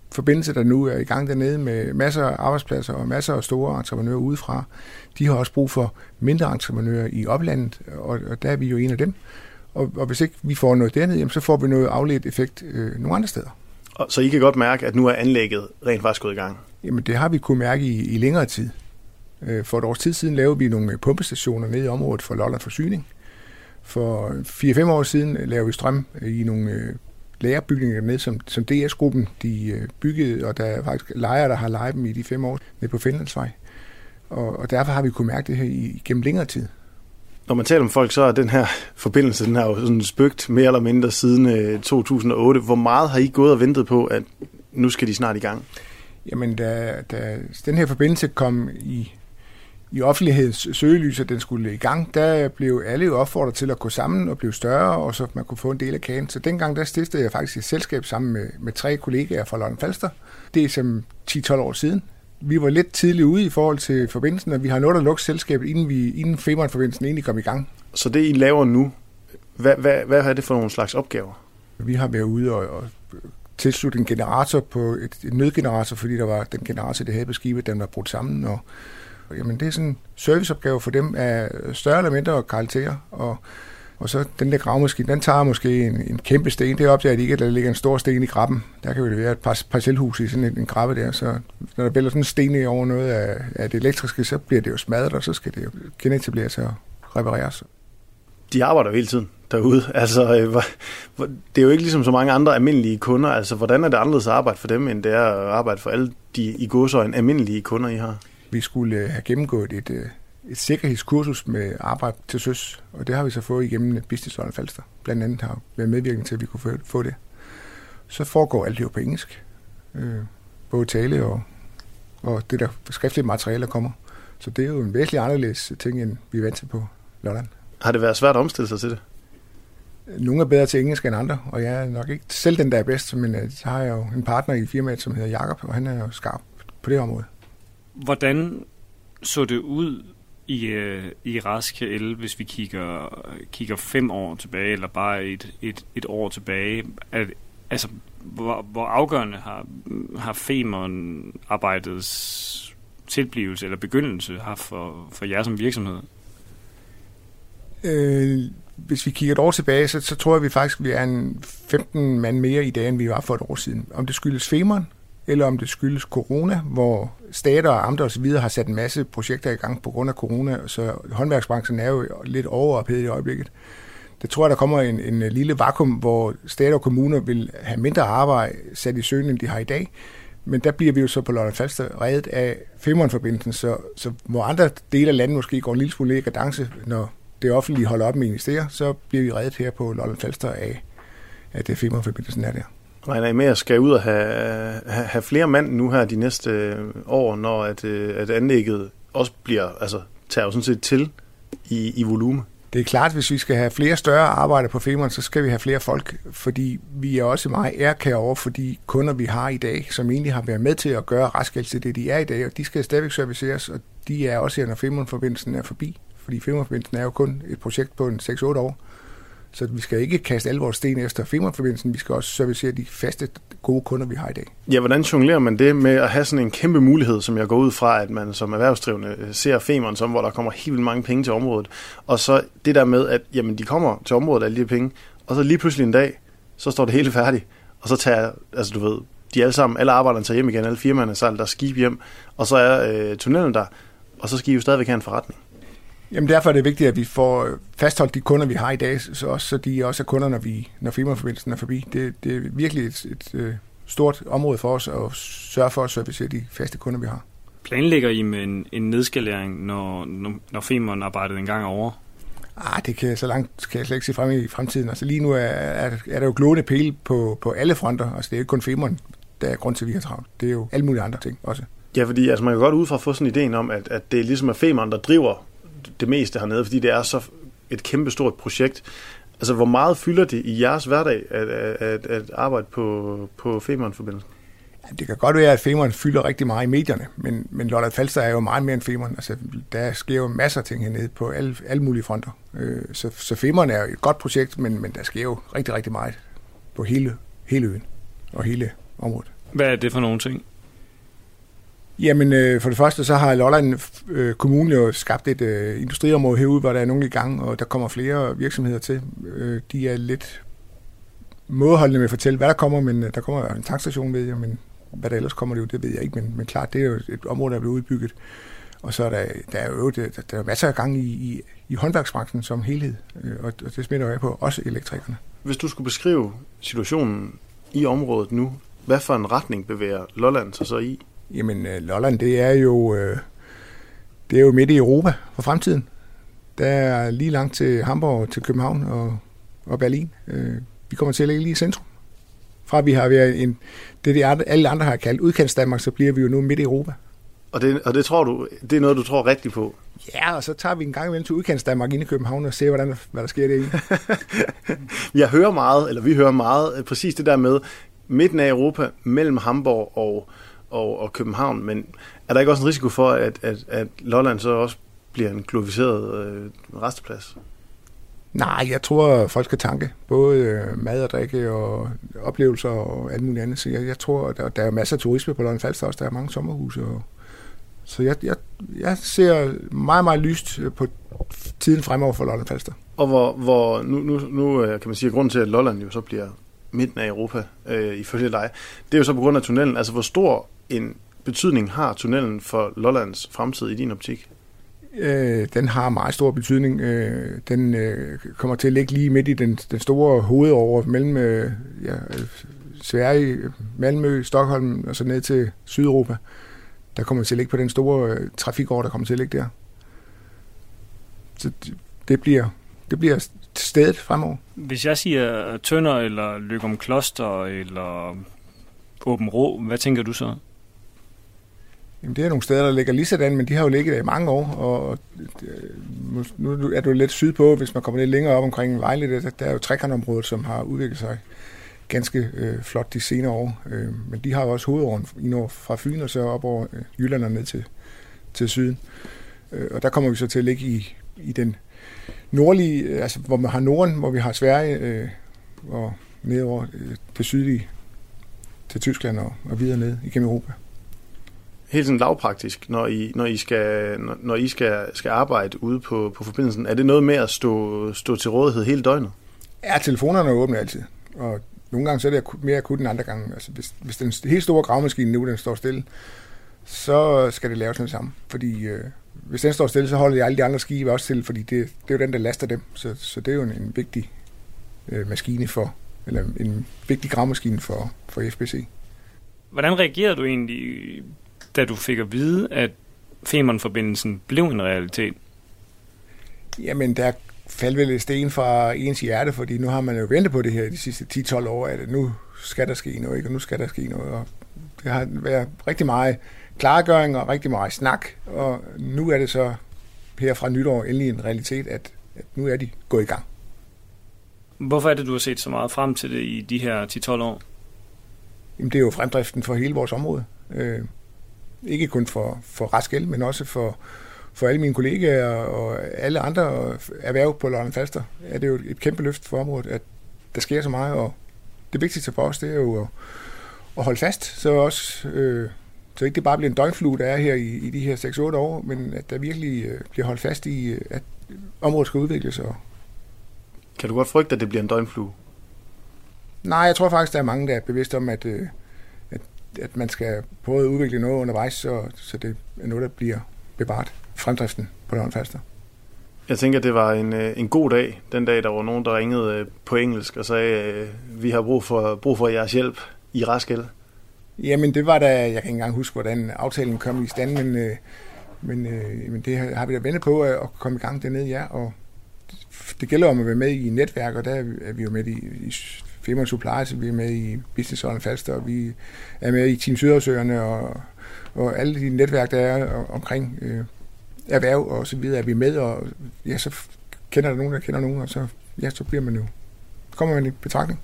forbindelse, der nu er i gang dernede med masser af arbejdspladser og masser af store entreprenører udefra, de har også brug for mindre entreprenører i oplandet, og, og der er vi jo en af dem. Og, og hvis ikke vi får noget dernede, jamen, så får vi noget afledt effekt øh, nogle andre steder. Og, så I kan godt mærke, at nu er anlægget rent faktisk gået i gang? Jamen det har vi kunnet mærke i, i længere tid. Øh, for et års tid siden lavede vi nogle pumpestationer nede i området for Lolland Forsyning. For fire fem år siden lavede vi strøm i nogle øh, lagerbygninger nede, som, som D S-gruppen de øh, byggede, og der er faktisk lejere, der har lejet dem i de fem år nede på Finlandsvej. Og, og derfor har vi kunnet mærke det her i, gennem længere tid. Når man taler om folk, så er den her forbindelse, den har jo sådan spøgt mere eller mindre siden øh, to tusind og otte. Hvor meget har I gået og ventet på, at nu skal de snart i gang? Jamen, da, da den her forbindelse kom i, i offentlighedens søgelys, at den skulle i gang, der blev alle jo opfordret til at gå sammen og blive større, og så man kunne få en del af kagen. Så dengang, der stiftede jeg faktisk et selskab sammen med, med tre kollegaer fra Lolland Falster. Det er som ti tolv år siden. Vi var lidt tidligt ude i forhold til forbindelsen, og vi har nået at lukke selskabet, inden, vi, inden Femern-forbindelsen egentlig kom i gang. Så det, I laver nu, hvad, hvad, hvad er det for nogle slags opgaver? Vi har været ude og, og tilslutte en generator på et, et nødgenerator, fordi der var den generator, der havde på skibet, den var brudt sammen. Og, og jamen, det er sådan en serviceopgave for dem af større eller mindre karakterer. Og, og så den der gravemaskine, den tager måske en, en kæmpe sten. Det opdager de ikke, at der ligger en stor sten i krabben. Der kan jo være et par parcelhus i sådan en, en krabbe der. Så når der vælter sådan en sten over noget af, af det elektriske, så bliver det jo smadret, og så skal det jo genetableres og repareres. De arbejder jo hele tiden derude. Altså, det er jo ikke ligesom så mange andre almindelige kunder. Altså, hvordan er det anderledes at arbejde for dem, end det er at arbejde for alle de i gåseøjne almindelige kunder, I har? Vi skulle have gennemgået et, et sikkerhedskursus med arbejde til søs, og det har vi så fået igennem Business Lolland Falster. Blandt andet har været medvirkende til, at vi kunne få det. Så foregår alt det jo på engelsk. Både tale og, og det der skriftlige materiale, der kommer. Så det er jo en væsentlig anderledes ting, end vi er vant til på Lolland. Har det været svært at omstille sig til det? Nogle er bedre til engelsk end andre, og jeg er nok ikke selv den, der er bedst, men så har jeg jo en partner i firmaet, som hedder Jakob, og han er jo skarp på det område. Hvordan så det ud i, i Rask el, hvis vi kigger, kigger fem år tilbage, eller bare et, et, et år tilbage? At, altså, hvor, hvor afgørende har, har Femern-arbejdets tilblivelse eller begyndelse haft for, for jer som virksomhed? Øh, hvis vi kigger et år tilbage, så, så tror jeg, vi faktisk vi er en femten mand mere i dag, end vi var for et år siden. Om det skyldes Femern, eller om det skyldes corona, hvor stater og amter osv. har sat en masse projekter i gang på grund af corona, så håndværksbranchen er jo lidt overophedet i øjeblikket. Det tror jeg, der kommer en, en lille vakuum, hvor stater og kommuner vil have mindre arbejde sat i søen, end de har i dag. Men der bliver vi jo så på Lolland Falster reddet af Femern-forbindelsen, så, så hvor andre dele af landet måske går en lille smule i kadence, når det offentlige holder op med at investere, så bliver vi reddet her på Lolland Falster af, at det Femern-forbindelsen er der. Regner I med at skal ud og have, have, have flere mand nu her de næste år, når at, at anlægget også bliver, altså tager jo sådan set til i, i volumen? Det er klart, at hvis vi skal have flere større arbejder på Femern, så skal vi have flere folk, fordi vi er også meget ærkære over for de kunder, vi har i dag, som egentlig har været med til at gøre Rask el til det, de er i dag, og de skal stadigvæk serviceres, og de er også her, når Femern-forbindelsen er forbi. Fordi Femern-forbindelsen er jo kun et projekt på en seks otte år. Så vi skal ikke kaste alle vores sten efter Femern-forbindelsen, vi skal også servicere de faste, gode kunder, vi har i dag. Ja, hvordan jonglerer man det med at have sådan en kæmpe mulighed, som jeg går ud fra, at man som erhvervsdrivende ser Femern som, hvor der kommer helt vildt mange penge til området, og så det der med, at jamen, de kommer til området alle de penge, og så lige pludselig en dag, så står det hele færdigt, og så tager, altså du ved, de alle sammen, alle arbejderne tager hjem igen, alle firmaerne sejler deres skib hjem, og så er øh, tunnelen der, og så skal I jo stadigvæk have en forretning. Jamen derfor er det vigtigt, at vi får fastholdt de kunder, vi har i dag, så, også, så de også er kunder, når, vi, når Femern-forbindelsen er forbi. Det, det er virkelig et, et, et stort område for os at sørge for at servicere de faste kunder, vi har. Planlægger I med en, en nedskalering, når, når Femern-arbejdet engang er over? Ah, det kan så langt kan jeg slet ikke se frem i fremtiden. Altså lige nu er, er, er der jo glående pæle på, på alle fronter. Altså det er ikke kun Femern, der er grund til, at vi har travlt. Det er jo alle mulige andre ting også. Ja, fordi altså, man kan godt udefra få sådan en idé om, at, at det er ligesom er Femern, der driver det meste hernede, fordi det er så et kæmpestort projekt. Altså, hvor meget fylder det i jeres hverdag at, at, at arbejde på, på Femern-forbindelsen? Det kan godt være, at Femern fylder rigtig meget i medierne, men, men Lolland Falster er jo meget mere end Femern. Altså, der sker jo masser af ting hernede på alle, alle mulige fronter. Så, så Femern er jo et godt projekt, men, men der sker jo rigtig, rigtig meget på hele, hele øen og hele området. Hvad er det for nogle ting? Jamen, øh, for det første, så har Lolland øh, Kommune jo skabt et øh, industriområde herude, hvor der er nogen i gang, og der kommer flere virksomheder til. Øh, de er lidt mådeholdende med at fortælle, hvad der kommer, men øh, der kommer en tankstation, ved jeg, men hvad der ellers kommer det jo, det ved jeg ikke, men, men klart, det er jo et område, der er blevet udbygget. Og så er der, der er jo der, der er masser af gang i, i, i håndværksbranchen som helhed, øh, og, og det smitter jo af på, også elektrikerne. Hvis du skulle beskrive situationen i området nu, hvad for en retning bevæger Lolland sig så i? Jamen, øh, Lolland, det er jo øh, det er jo midt i Europa for fremtiden. Der er lige langt til Hamburg, til København og, og Berlin. Øh, vi kommer til at ligge lige i centrum. Fra vi har været en, det, de alle andre har kaldt udkantsdanmark, så bliver vi jo nu midt i Europa. Og det, og det tror du, det er noget, du tror rigtigt på? Ja, og så tager vi en gang imellem til udkantsdanmark inde i København og ser, hvordan, hvad der sker derinde. Jeg hører meget, eller vi hører meget, præcis det der med midten af Europa, mellem Hamburg og, og, og København. Men er der ikke også en risiko for, at, at, at Lolland så også bliver en glorificeret øh, resteplads? Nej, jeg tror, folk skal tanke. Både øh, mad og drikke og oplevelser og alt muligt andet. Så jeg, jeg tror, der, der er masser af turisme på Lolland Falster også. Der er mange sommerhuse. Og, så jeg, jeg, jeg ser meget, meget lyst på tiden fremover for Lolland Falster. Og hvor, hvor nu, nu, nu kan man sige, at grunden til, at Lolland jo så bliver midten af Europa, øh, ifølge dig, det er jo så på grund af tunnelen. Altså, hvor stor en betydning har tunnelen for Lollands fremtid i din optik? Øh, den har meget stor betydning. Øh, den øh, kommer til at ligge lige midt i den, den store hovedåre mellem øh, ja, Sverige, Malmø, Stockholm og så ned til Sydeuropa. Der kommer til at ligge på den store øh, trafikåre, der kommer til at ligge der. Så det, det bliver det bliver stedet fremover. Hvis jeg siger Tønder eller Løgum Kloster eller Åben Rå, hvad tænker du så? Jamen, det er nogle steder, der ligger lige sådan, men de har jo ligget der i mange år, og nu er du lidt sydpå, hvis man kommer lidt længere op omkring Vejle. Der er jo trekantområdet, som har udviklet sig ganske øh, flot de senere år, øh, men de har jo også hovedåren indover fra Fyn og så op over øh, Jylland og ned til, til syden. Øh, og der kommer vi så til at ligge i, i den nordlige, øh, altså hvor man har Norden, hvor vi har Sverige, øh, og nedover øh, det sydlige til Tyskland og, og videre ned igennem Europa. Helt sådan lavpraktisk, når I, når I, skal, når I skal, skal arbejde ude på, på forbindelsen, er det noget med at stå, stå til rådighed hele døgnet? Ja, telefonerne er åbne altid, og nogle gange så er det mere akut end andre gange. Altså, hvis, hvis den helt store gravemaskine nu, den står stille, så skal det laves noget sammen. Fordi øh, hvis den står stille, så holder de alle de andre skibe også til, fordi det, det er jo den, der laster dem. Så, så det er jo en, en vigtig øh, maskine for, eller en vigtig gravemaskine for, for F B C. Hvordan reagerede du egentlig, da du fik at vide, at Femern-forbindelsen blev en realitet? Jamen, der faldt vel et sten fra ens hjerte, fordi nu har man jo ventet på det her de sidste ti til tolv år, at nu skal der ske noget, ikke? Og nu skal der ske noget. Og det har været rigtig meget klargøring og rigtig meget snak, og nu er det så her fra nytår endelig en realitet, at, at nu er de gået i gang. Hvorfor er det, du har set så meget frem til det i de her ti til tolv år? Jamen, det er jo fremdriften for hele vores område. Øh, ikke kun for, for Rask El, men også for, for alle mine kollegaer og alle andre erhverv på Lolland Falster. Er det jo et kæmpe løft for området, at der sker så meget, og det vigtigste for os, det er jo at, at holde fast, så også øh, så ikke det bare bliver en døgnflue, der er her i, i de her seks otte år, men at der virkelig øh, bliver holdt fast i, at området skal udvikles. Og kan du godt frygte, at det bliver en døgnflue? Nej, jeg tror faktisk, der er mange, der er bevidst om, at, øh, at, at man skal prøve at udvikle noget undervejs, så, så det er noget, der bliver bevaret. Fremdriften på Lolland Falster. Jeg tænker, det var en, en god dag, den dag, der var nogen, der ringede på engelsk og sagde, vi har brug for, brug for jeres hjælp i Rask El. Jamen, det var da, jeg kan ikke engang huske, hvordan aftalen kom i stand, men, men, men det har vi da ventet på at komme i gang dernede, ja, og det gælder om at være med i netværk, og der er vi jo med i, i Femern Supply, så vi er med i Business Lolland Falster, og vi er med i Team Sydhavsøerne, og, og alle de netværk, der er omkring øh, erhverv og så videre, er vi med, og ja, så kender der nogen, der kender nogen, og så, ja, så bliver man jo, kommer man i betragtning.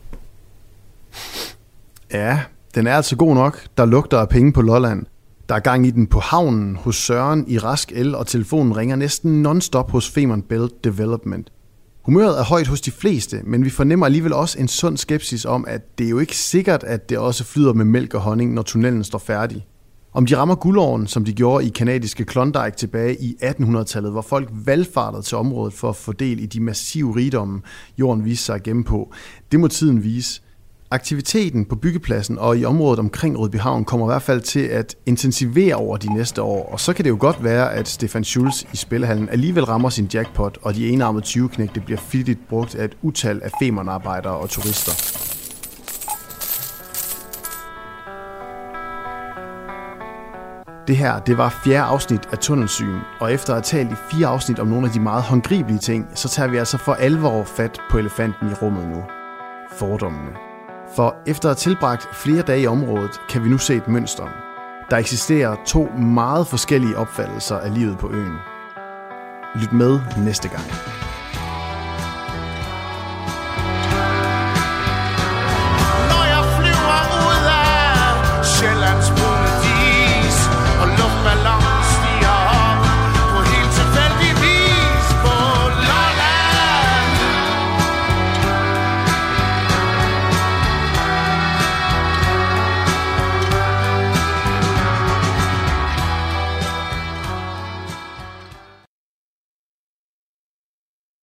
Ja, den er altså god nok. Der lugter af penge på Lolland. Der er gang i den på havnen hos Søren i Rask El, og telefonen ringer næsten non-stop hos Femern Belt Development. Humøret er højt hos de fleste, men vi fornemmer alligevel også en sund skepsis om, at det er jo ikke sikkert, at det også flyder med mælk og honning, når tunnelen står færdig. Om de rammer guldåren, som de gjorde i kanadiske Klondike tilbage i attenhundredetallet, hvor folk valfartede til området for at få del i de massive rigdomme, jorden viste sig at gemme på, det må tiden vise. Aktiviteten på byggepladsen og i området omkring Rødbyhavn kommer i hvert fald til at intensivere over de næste år, og så kan det jo godt være, at Stefan Schulz i Spillehallen alligevel rammer sin jackpot, og de enarmede tyveknægte bliver flittigt brugt af et utal af Femernarbejdere og turister. Det her, det var fjerde afsnit af Tunnelsyn, og efter at have talt i fire afsnit om nogle af de meget håndgribelige ting, så tager vi altså for alvor fat på elefanten i rummet nu. Fordommene. For efter at have tilbragt flere dage i området, kan vi nu se et mønster. Der eksisterer to meget forskellige opfattelser af livet på øen. Lyt med næste gang.